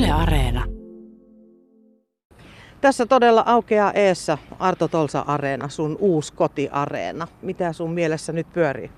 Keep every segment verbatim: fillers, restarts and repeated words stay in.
Yle Areena. Tässä todella aukeaa eessä Arto Tolsa-areena, sun uusi kotiareena. Mitä sun mielessä nyt pyörii?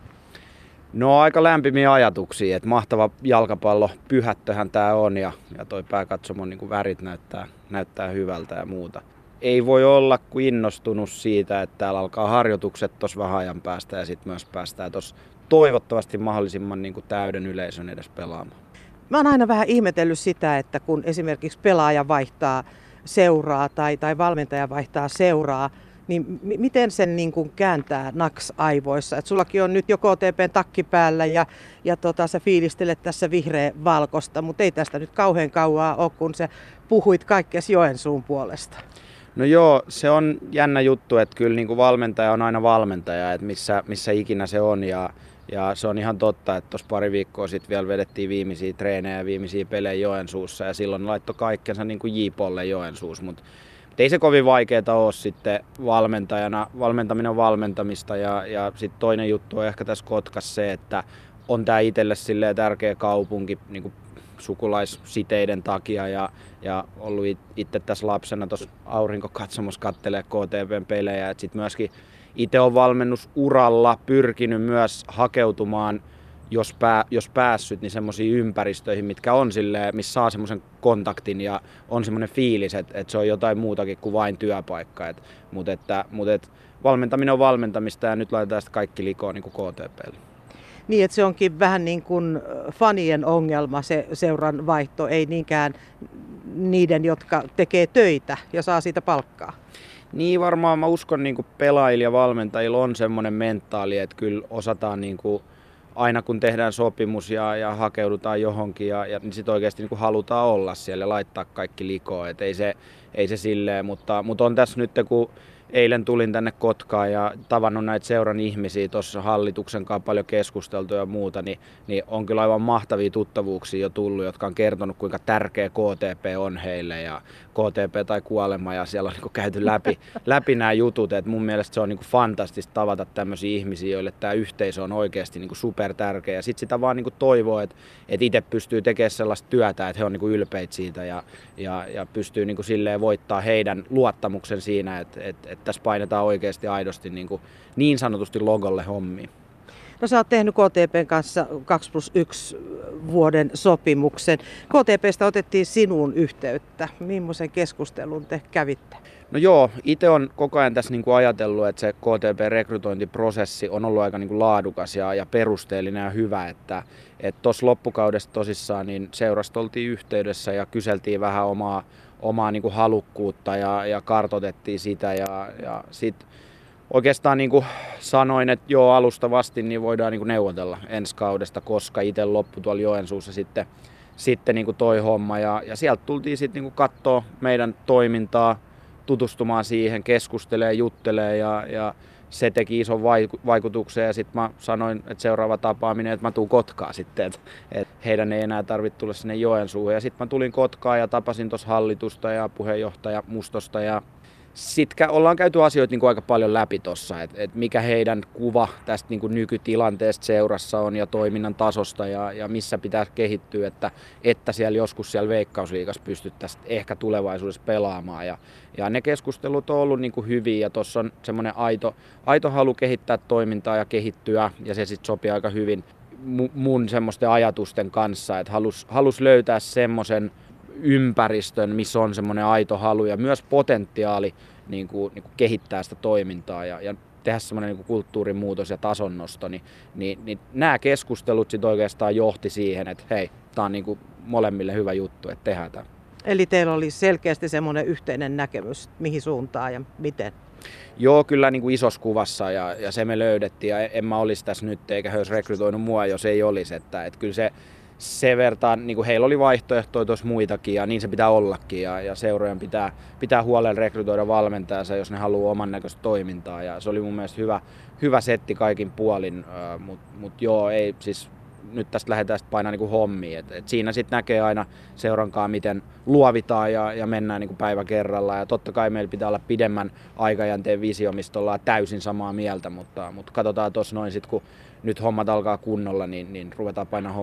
No aika lämpimiä ajatuksia, että mahtava jalkapallo, pyhättöhän tää on ja, ja toi pääkatsomon niin kuin värit näyttää, näyttää hyvältä ja muuta. Ei voi olla kuin innostunut siitä, että täällä alkaa harjoitukset tuossa vähän ajan päästä ja sitten myös päästään tuossa toivottavasti mahdollisimman niin kuin täyden yleisön edes pelaamaan. Mä oon aina vähän ihmetellyt sitä, että kun esimerkiksi pelaaja vaihtaa seuraa tai, tai valmentaja vaihtaa seuraa, niin m- miten sen niin kuin kääntää naks aivoissa? Et sullakin on nyt jo K T P:n takki päällä ja, ja tota, sä fiilistelet tässä vihreä valkosta, mutta ei tästä nyt kauhean kauaa ole, kun sä puhuit kaikkes Joensuun puolesta. No joo, se on jännä juttu, että kyllä niin kuin valmentaja on aina valmentaja, että missä, missä ikinä se on. Ja, ja se on ihan totta, että tuossa pari viikkoa sitten vielä vedettiin viimeisiä treenejä ja viimeisiä pelejä Joensuussa ja silloin laittoi kaikkensa niin kuin J-Polle Joensuussa. Mutta ei se kovin vaikeaa ole sitten valmentajana. Valmentaminen on valmentamista ja, ja sitten toinen juttu on ehkä tässä Kotkassa se, että on tämä itselle silleen tärkeä kaupunki niin kuin sukulaissiteiden takia ja, ja ollut itse tässä lapsena tuossa aurinkokatsomossa kattelee K T P:n pelejä. Sitten myöskin itse on valmennusuralla pyrkinyt myös hakeutumaan, jos, pää, jos päässyt, niin semmoisiin ympäristöihin, mitkä on silleen, missä saa semmoisen kontaktin ja on semmoinen fiilis, että, että se on jotain muutakin kuin vain työpaikka. Et, mutta että, mutta että valmentaminen on valmentamista ja nyt laitetaan sitä kaikki likoon niin kuin K T P:lle. Niin, että se onkin vähän niin kuin fanien ongelma se seuran vaihto, ei niinkään niiden, jotka tekee töitä ja saa siitä palkkaa. Niin varmaan mä uskon niin kuin pelaajilla ja valmentajilla on semmoinen mentaali, että kyllä osataan niin kuin aina kun tehdään sopimus ja, ja hakeudutaan johonkin ja, ja niin sit oikeasti niin kuin halutaan olla siellä ja laittaa kaikki likoon. Et ei se, ei se silleen, mutta, mutta on tässä nyt kun eilen tulin tänne Kotkaan ja tavannut näitä seuran ihmisiä tuossa hallituksen kanssa paljon keskusteltu ja muuta, niin, niin on kyllä aivan mahtavia tuttavuuksia jo tullut, jotka on kertonut kuinka tärkeä K T P on heille ja K T P tai kuolema ja siellä on niin kuin käyty läpi, läpi nämä jutut. Et mun mielestä se on niin kuin fantastista tavata tämmöisiä ihmisiä, joille tämä yhteisö on oikeasti niin kuin super tärkeä ja sitten sitä vaan niin kuin toivoo, että, että itse pystyy tekemään sellaista työtä, että he on niin kuin ylpeitä siitä ja, ja, ja pystyy niin kuin silleen voittaa heidän luottamuksen siinä, että, että, että tässä painetaan oikeasti aidosti niin, kuin niin sanotusti logolle hommiin. No sä oot tehnyt K T P:n kanssa kaksi plus yksi vuoden sopimuksen. K T P:stä otettiin sinuun yhteyttä. Millaisen keskustelun te kävitte? No joo, itse on koko ajan tässä niin kuin ajatellut, että se K T P-rekrytointiprosessi on ollut aika niin kuin laadukas ja, ja perusteellinen ja hyvä. Että tuossa loppukaudesta tosissaan niin seurasta oltiin yhteydessä ja kyseltiin vähän omaa omaa niin kuin halukkuutta ja, ja kartoitettiin sitä ja, ja sit oikeastaan niin kuin sanoin, että joo alustavasti niin voidaan niin kuin neuvotella ensi kaudesta, koska itse loppu tuolla Joensuussa sitten, sitten niin kuin toi homma ja, ja sieltä tultiin sitten niin kuin katsoa meidän toimintaa, tutustumaan siihen, keskustelemaan, juttelemaan ja, ja se teki ison vaikutuksen ja sitten mä sanoin, että seuraava tapaaminen, että mä tuun Kotkaan sitten, että, että heidän ei enää tarvitse tulla sinne Joensuuhun. Ja sitten mä tulin Kotkaan ja tapasin tuossa hallitusta ja puheenjohtaja Mustosta ja sitten ollaan käyty asioita niin kuin aika paljon läpi tuossa, että, että mikä heidän kuva tästä niin kuin nykytilanteesta seurassa on ja toiminnan tasosta ja, ja missä pitää kehittyä, että, että siellä joskus siellä Veikkausliigassa pystyttäisiin ehkä tulevaisuudessa pelaamaan. Ja, ja ne keskustelut on ollut niin kuin hyviä ja tuossa on semmoinen aito, aito halu kehittää toimintaa ja kehittyä ja se sitten sopii aika hyvin mun semmoisten ajatusten kanssa, että halus, halus löytää semmoisen ympäristön, missä on semmoinen aito halu ja myös potentiaali niin kuin, niin kuin kehittää sitä toimintaa ja, ja tehdä semmoinen niin kuin kulttuurimuutos ja tasonnosto, niin, niin, niin nämä keskustelut sitten oikeastaan johti siihen, että hei, tämä on niin kuin molemmille hyvä juttu, että tehdään tämä. Eli teillä oli selkeästi semmoinen yhteinen näkemys, mihin suuntaan ja miten? Joo, kyllä niin kuin isossa kuvassa ja, ja se me löydettiin ja en mä olisi tässä nyt eikä he olisi rekrytoinut mua, jos ei olisi, että, että kyllä se Se vertaan, niin kuin heillä oli vaihtoehtoja tuossa muitakin ja niin se pitää ollakin ja, ja seurojen pitää, pitää huolella rekrytoida valmentajansa, jos ne haluaa oman näköistä toimintaa ja se oli mun mielestä hyvä, hyvä setti kaikin puolin, mutta mut joo, ei siis nyt tästä lähdetään sitten painaa niinku hommia. Et, et siinä sitten näkee aina seurankaan, miten luovitaan ja, ja mennään niinku päivä kerrallaan. Ja totta kai meillä pitää olla pidemmän aikajänteen visio, mistä ollaan täysin samaa mieltä, mutta, mutta katsotaan tuossa noin sitten, kun nyt hommat alkaa kunnolla, niin, niin ruvetaan painaa hommia.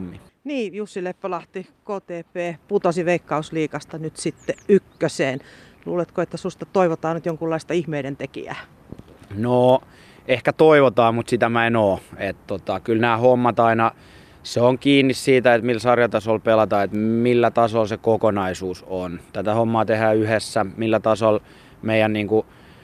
Niin, Jussi Leppälahti, K T P, putosi Veikkausliigasta nyt sitten ykköseen. Luuletko, että susta toivotaan nyt jonkunlaista ihmeiden tekijää? No, ehkä toivotaan, mutta sitä mä en oo. Et tota, kyllä nämä hommat aina, se on kiinni siitä, että millä sarjatasolla pelataan, että millä tasolla se kokonaisuus on. Tätä hommaa tehdään yhdessä, millä tasolla meidän niinku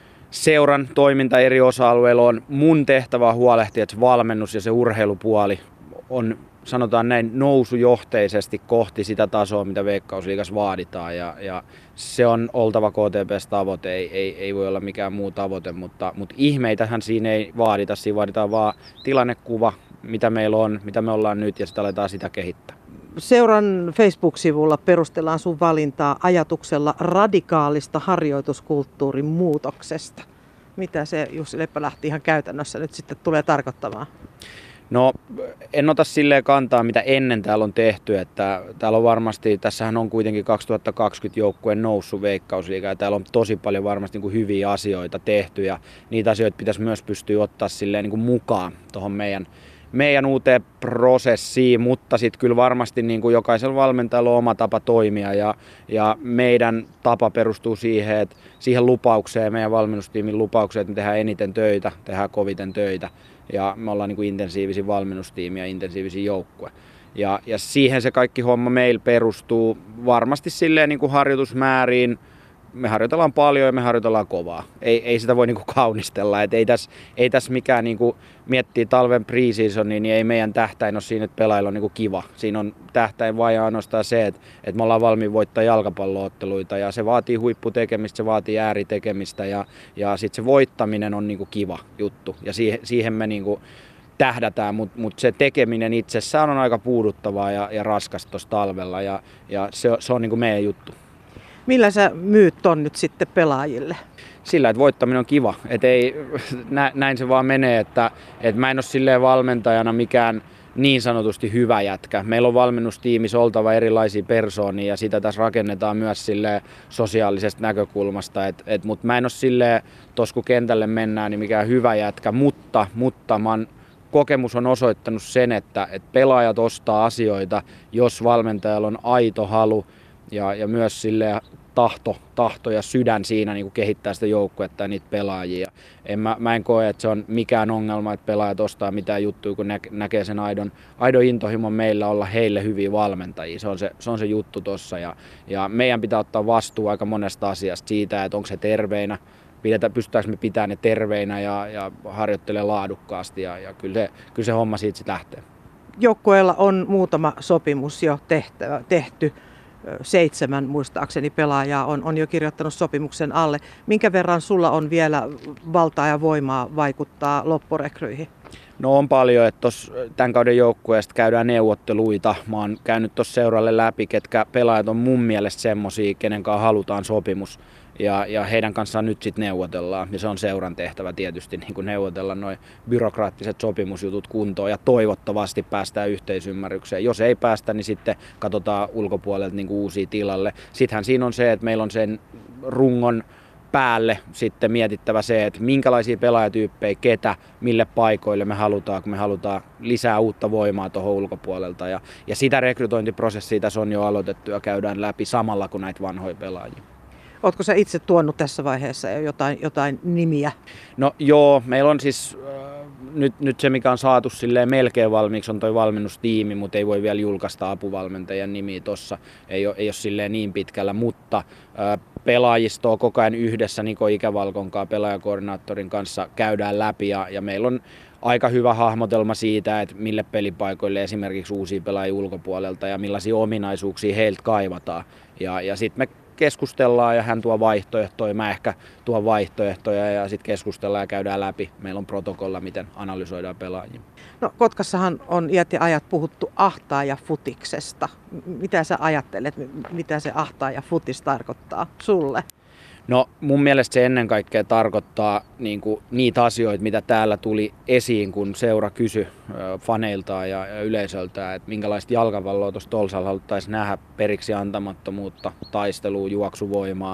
seuran toiminta eri osa-alueilla on. Mun tehtävä on huolehtia, että se valmennus ja se urheilupuoli on, sanotaan näin, nousujohteisesti kohti sitä tasoa, mitä Veikkausliigassa vaaditaan. Ja, ja se on oltava K T P:ssä tavoite, ei, ei, ei voi olla mikään muu tavoite, mutta, mutta ihmeitähän siinä ei vaadita. Siinä vaaditaan vaan tilannekuva, mitä meillä on, mitä me ollaan nyt, ja sitten aletaan sitä kehittää. Seuran Facebook-sivulla perustellaan sun valintaa ajatuksella radikaalista harjoituskulttuurin muutoksesta. Mitä se Jussi Leppälahti ihan käytännössä nyt sitten tulee tarkoittamaan? No, en ota silleen kantaa, mitä ennen täällä on tehty, että täällä on varmasti, tässähän on kuitenkin kaksituhattakaksikymmentä joukkueen noussut Veikkausliiga, ja täällä on tosi paljon varmasti niin kuin hyviä asioita tehty, ja niitä asioita pitäisi myös pystyä ottaa silleen niin kuin mukaan tuohon meidän, meidän uuteen prosessiin, mutta sitten kyllä varmasti niin kuin jokaisella valmentajalla on oma tapa toimia, ja, ja meidän tapa perustuu siihen, että siihen lupaukseen, meidän valmennustiimin lupaukseen, että me tehdään eniten töitä, tehdään koviten töitä. Ja me ollaan niin kuin intensiivisin valmennustiimi ja intensiivisin joukkue. Ja, ja siihen se kaikki homma meillä perustuu varmasti silleen niin kuin harjoitusmääriin. Me harjoitellaan paljon ja me harjoitellaan kovaa. Ei, ei sitä voi niin kuin kaunistella. Et ei tässä ei täs mikään niin kuin miettii talven pre-seasonia, niin ei meidän tähtäin ole siinä, että pelailla on niin kuin kiva. Siinä on tähtäin vain ainoastaan se, että, että me ollaan valmiin voittaa jalkapallo-otteluita, ja se vaatii huipputekemistä, se vaatii ääritekemistä, ja, ja sitten se voittaminen on niin kuin kiva juttu. Ja siihen, siihen me niin kuin tähdätään, mutta mut se tekeminen itsessään on aika puuduttavaa ja, ja raskasta tuossa talvella, ja, ja se, se on niin kuin meidän juttu. Millä sä myyt ton nyt sitten pelaajille? Sillä, että voittaminen on kiva. Et ei, näin se vaan menee, että, että mä en ole silleen valmentajana mikään niin sanotusti hyvä jätkä. Meillä on valmennustiimissä oltava erilaisia persoonia, ja sitä tässä rakennetaan myös silleen sosiaalisesta näkökulmasta. Et, et, mutta mä en ole silleen, tos kun kentälle mennään, niin mikään hyvä jätkä, mutta, mutta mä oon, kokemus on osoittanut sen, että, että pelaajat ostaa asioita, jos valmentajalla on aito halu ja, ja myös silleen tahto, tahto ja sydän siinä niin kuin kehittää sitä joukkuetta ja niitä pelaajia. En, mä, mä en koe, että se on mikään ongelma, että pelaajat ostaa mitään juttuja, kun nä, näkee sen aidon, aidon intohimon meillä olla heille hyviä valmentajia. Se on se, se, on se juttu tossa, ja, ja meidän pitää ottaa vastuu aika monesta asiasta siitä, että onko se terveinä, pidetä, pystytäänkö me pitämään ne terveinä ja, ja harjoittelemaan laadukkaasti, ja, ja kyllä, se, kyllä se homma siitä sit lähtee. Joukkueella on muutama sopimus jo tehtävä, tehty. Seitsemän muistaakseni pelaajaa on, on jo kirjoittanut sopimuksen alle. Minkä verran sulla on vielä valtaa ja voimaa vaikuttaa loppurekryihin? No on paljon, että tossa tämän kauden joukkueesta käydään neuvotteluita. Mä oon käynyt tuossa seuralle läpi, ketkä pelaajat on mun mielestä semmosia, kenen kanssa halutaan sopimus. Ja, ja heidän kanssaan nyt sitten neuvotellaan. Ja se on seuran tehtävä tietysti niin kuin neuvotella nuo byrokraattiset sopimusjutut kuntoon, ja toivottavasti päästään yhteisymmärrykseen. Jos ei päästä, niin sitten katsotaan ulkopuolelta niin kuin uusia tilalle. Sittenhän siinä on se, että meillä on sen rungon päälle sitten mietittävä se, että minkälaisia pelaajatyyppejä, ketä, mille paikoille me halutaan, kun me halutaan lisää uutta voimaa tuohon ulkopuolelta. Ja, ja sitä rekrytointiprosessia tässä on jo aloitettu ja käydään läpi samalla kuin näitä vanhoja pelaajia. Ootko sä itse tuonut tässä vaiheessa jo jotain, jotain nimiä? No joo, meillä on siis äh, nyt, nyt se, mikä on saatu silleen melkein valmiiksi, on toi valmennustiimi, mutta ei voi vielä julkaista apuvalmentajan nimiä tossa. Ei ole, ei ole silleen niin pitkällä, mutta äh, pelaajistoa koko ajan yhdessä Niko Ikävalkon kanssa, pelaajakoordinaattorin kanssa käydään läpi, ja, ja meillä on aika hyvä hahmotelma siitä, että mille pelipaikoille esimerkiksi uusia pelaajia ulkopuolelta ja millaisia ominaisuuksia heiltä kaivataan. Ja, ja sitten me keskustellaan ja hän tuo vaihtoehtoja, mä ehkä tuon vaihtoehtoja, ja sitten keskustellaan ja käydään läpi. Meillä on protokolla, miten analysoidaan pelaajia. No Kotkassahan on iät ja ajat puhuttu ahtaaja futiksesta. Mitä sä ajattelet, mitä se ahtaaja futis tarkoittaa sulle? No mun mielestä se ennen kaikkea tarkoittaa niin kuin niitä asioita, mitä täällä tuli esiin, kun seura kysyi faneiltaan ja, ja yleisöltään, että minkälaista jalkapalloa tuossa Tolsalla haluttaisiin nähdä, periksi antamattomuutta, taistelua, juoksuvoimaa,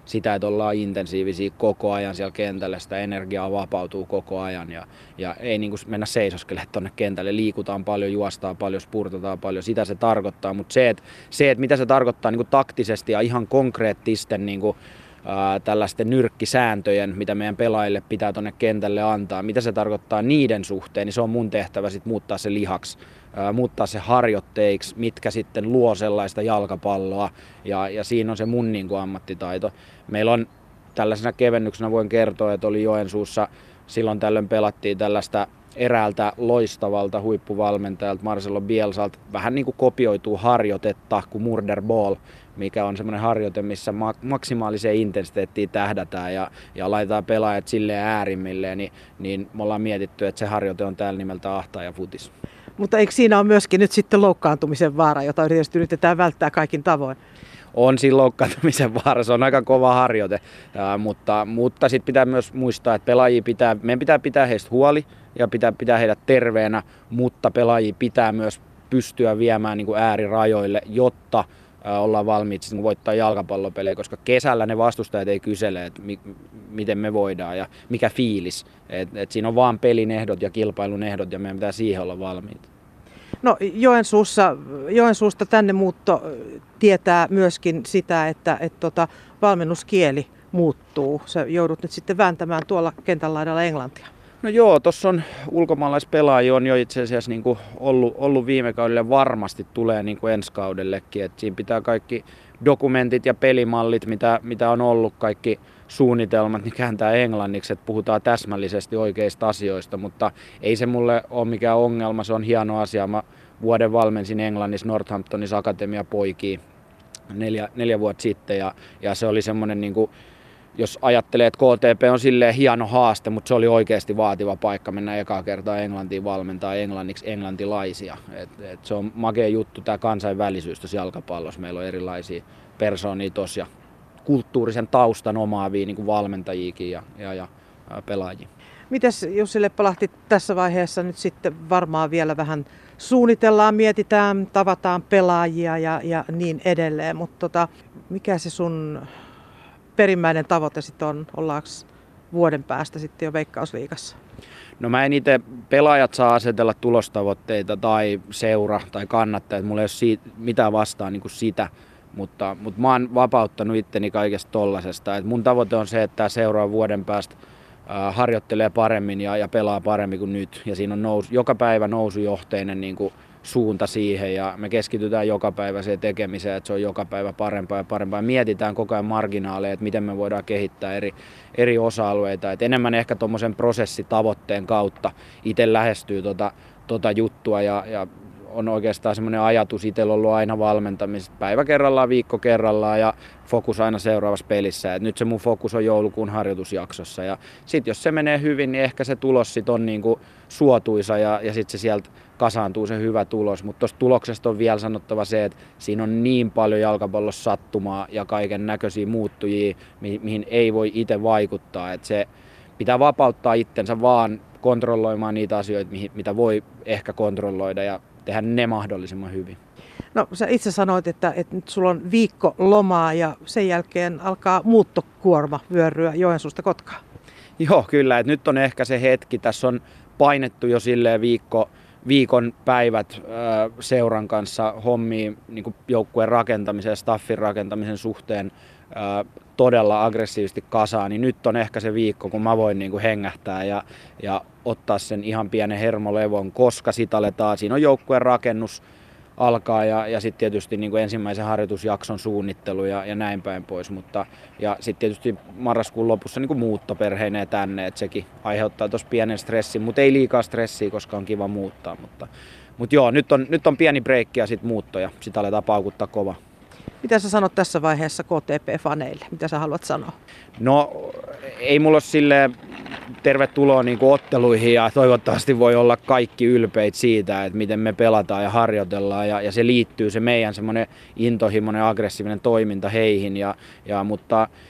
sitä, että ollaan intensiivisiä koko ajan siellä kentällä, sitä energiaa vapautuu koko ajan ja, ja ei niin kuin mennä seisoskelemaan tuonne kentälle, liikutaan paljon, juostaan paljon, spurtataan paljon, sitä se tarkoittaa, mutta se, että, se, että mitä se tarkoittaa niin kuin taktisesti ja ihan konkreettisten niin kuin Ää, tällaisten nyrkkisääntöjen, mitä meidän pelaajille pitää tuonne kentälle antaa, mitä se tarkoittaa niiden suhteen, niin se on mun tehtävä sit muuttaa se lihaksi, ää, muuttaa se harjoitteiksi, mitkä sitten luo sellaista jalkapalloa, ja, ja siinä on se mun niin kuin ammattitaito. Meillä on tällaisena kevennyksenä voin kertoa, että oli Joensuussa, silloin tällöin pelattiin tällaista eräältä loistavalta huippuvalmentajalta Marcelo Bielsalta vähän niin kuin kopioituu harjoitetta kuin Murder Ball, mikä on semmoinen harjoite, missä maksimaaliseen intensiteettiin tähdätään ja, ja laitetaan pelaajat silleen äärimmilleen, niin, niin me ollaan mietitty, että se harjoite on täällä nimeltä ahtaaja futis. Mutta eikö siinä ole myöskin nyt sitten loukkaantumisen vaara, jota yritetään välttää kaikin tavoin? On siinä loukkaantumisen vaara, se on aika kova harjoite, ja, mutta, mutta sitten pitää myös muistaa, että pelaajia pitää, meidän pitää pitää heistä huoli ja pitää pitää heidät terveenä, mutta pelaajia pitää myös pystyä viemään niin kuin äärirajoille, jotta ollaan valmiit siis voittaa jalkapallopelejä, koska kesällä ne vastustajat ei kysele, että mi- miten me voidaan ja mikä fiilis. Et, et siinä on vaan pelin ehdot ja kilpailun ehdot ja meidän pitää siihen olla valmiit. No Joensuussa, Joensuusta tänne muutto tietää myöskin sitä, että et tota, valmennuskieli muuttuu. Sä joudut nyt sitten vääntämään tuolla kentän laidalla englantia. No joo, tuossa on ulkomaalaispelaajia on jo itse asiassa niin kuin ollut, ollut viime kaudelle ja varmasti tulee niin kuin ensi kaudellekin. Et siinä pitää kaikki dokumentit ja pelimallit, mitä, mitä on ollut, kaikki suunnitelmat, niin kääntää englanniksi, että puhutaan täsmällisesti oikeista asioista, mutta ei se mulle ole mikään ongelma, se on hieno asia. Mä vuoden valmensin Englannissa Northamptonissa Akatemia poikia neljä, neljä vuotta sitten ja, ja se oli semmoinen niin kuin jos ajattelee, että K T P on silleen hieno haaste, mutta se oli oikeasti vaativa paikka mennä ekaa kertaa Englantiin valmentaa englanniksi englantilaisia. Et, et se on makea juttu tämä kansainvälisyys tuossa jalkapallossa. Meillä on erilaisia persoonia tuossa ja kulttuurisen taustan omaavia niin kuin valmentajiakin ja, ja, ja pelaajia. Mites Jussi Leppälahti tässä vaiheessa nyt sitten varmaan vielä vähän suunnitellaan, mietitään, tavataan pelaajia ja, ja niin edelleen, mutta tota, mikä se sun perimmäinen tavoite sitten on, ollaanko vuoden päästä sitten jo Veikkausliigassa? No mä en itse, pelaajat saa asetella tulostavoitteita tai seura tai kannattajat, mulla ei ole siitä, mitään vastaan niin kuin sitä, mutta, mutta mä oon vapauttanut itteni kaikesta tollasesta. Et mun tavoite on se, että tämä seuraa vuoden päästä äh, harjoittelee paremmin ja, ja pelaa paremmin kuin nyt ja siinä on nousu, joka päivä nousujohteinen niin kuin suunta siihen ja me keskitytään joka päivä siihen tekemiseen, että se on joka päivä parempaa ja parempaa. Ja mietitään koko ajan marginaaleja, että miten me voidaan kehittää eri, eri osa-alueita. Et enemmän ehkä tuommoisen prosessitavoitteen kautta itse lähestyy tota, tota juttua ja, ja on oikeastaan semmoinen ajatus itsellä ollut aina valmentamisesta päivä kerrallaan, viikko kerrallaan ja fokus aina seuraavassa pelissä. Et nyt se mun fokus on joulukuun harjoitusjaksossa ja sitten jos se menee hyvin, niin ehkä se tulos sit on niinku suotuisa ja, ja sitten se sieltä kasaantuu se hyvä tulos. Mutta tuosta tuloksesta on vielä sanottava se, että siinä on niin paljon jalkapallossa sattumaa ja kaiken näköisiä muuttujia, mi- mihin ei voi itse vaikuttaa. Et se pitää vapauttaa itsensä vaan kontrolloimaan niitä asioita, mihin, mitä voi ehkä kontrolloida ja tehdä ne mahdollisimman hyvin. No sä itse sanoit, että, että nyt sulla on viikko lomaa ja sen jälkeen alkaa muuttokuorma vyöryä Joensuusta Kotkaan. Joo, kyllä. Että nyt on ehkä se hetki. Tässä on painettu jo silleen viikko, viikon päivät ö, seuran kanssa hommiin niin joukkueen rakentamisen ja staffin rakentamisen suhteen ö, todella aggressiivisesti kasaan. Niin nyt on ehkä se viikko, kun mä voin niin kuin hengähtää ja, ja ottaa sen ihan pienen hermolevon, koska sit aletaan. Siinä on joukkueen rakennus alkaa ja, ja sitten tietysti niin kuin ensimmäisen harjoitusjakson suunnittelu ja, ja näin päin pois. Mutta, ja sitten tietysti marraskuun lopussa niin kuin muutto perheineen tänne, että sekin aiheuttaa tuossa pienen stressin, mutta ei liikaa stressiä, koska on kiva muuttaa. Mutta, mutta joo, nyt on, nyt on pieni breikki ja sitten muutto ja sitten aletaan paukuttaa kova. Mitä sä sanot tässä vaiheessa K T P-faneille? Mitä sä haluat sanoa? No ei mulla ole silleen tervetuloa niin kuin otteluihin ja toivottavasti voi olla kaikki ylpeitä siitä, että miten me pelataan ja harjoitellaan ja, ja se liittyy se meidän semmoinen intohimoinen aggressiivinen toiminta heihin, ja, ja, mutta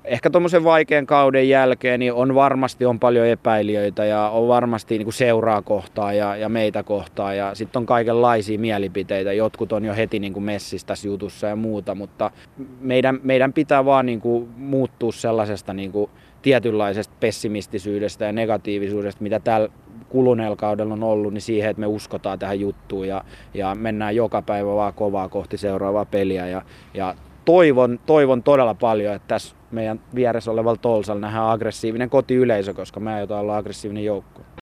ehkä tuommoisen vaikean kauden jälkeen niin on varmasti on paljon epäilijöitä ja on varmasti niin kuin seuraa kohtaan ja, ja meitä kohtaan ja sitten on kaikenlaisia mielipiteitä. Jotkut on jo heti niin kuin messissä tässä jutussa ja muuta, mutta meidän, meidän pitää vaan niin kuin muuttua sellaisesta niin kuin tietynlaisesta pessimistisyydestä ja negatiivisuudesta, mitä täällä kuluneella kaudella on ollut, niin siihen, että me uskotaan tähän juttuun ja, ja mennään joka päivä vaan kovaa kohti seuraavaa peliä ja, ja Toivon, toivon todella paljon, että tässä meidän vieressä olevalla Tolsalla nähdään aggressiivinen kotiyleisö, koska me aiotaan olla aggressiivinen joukko.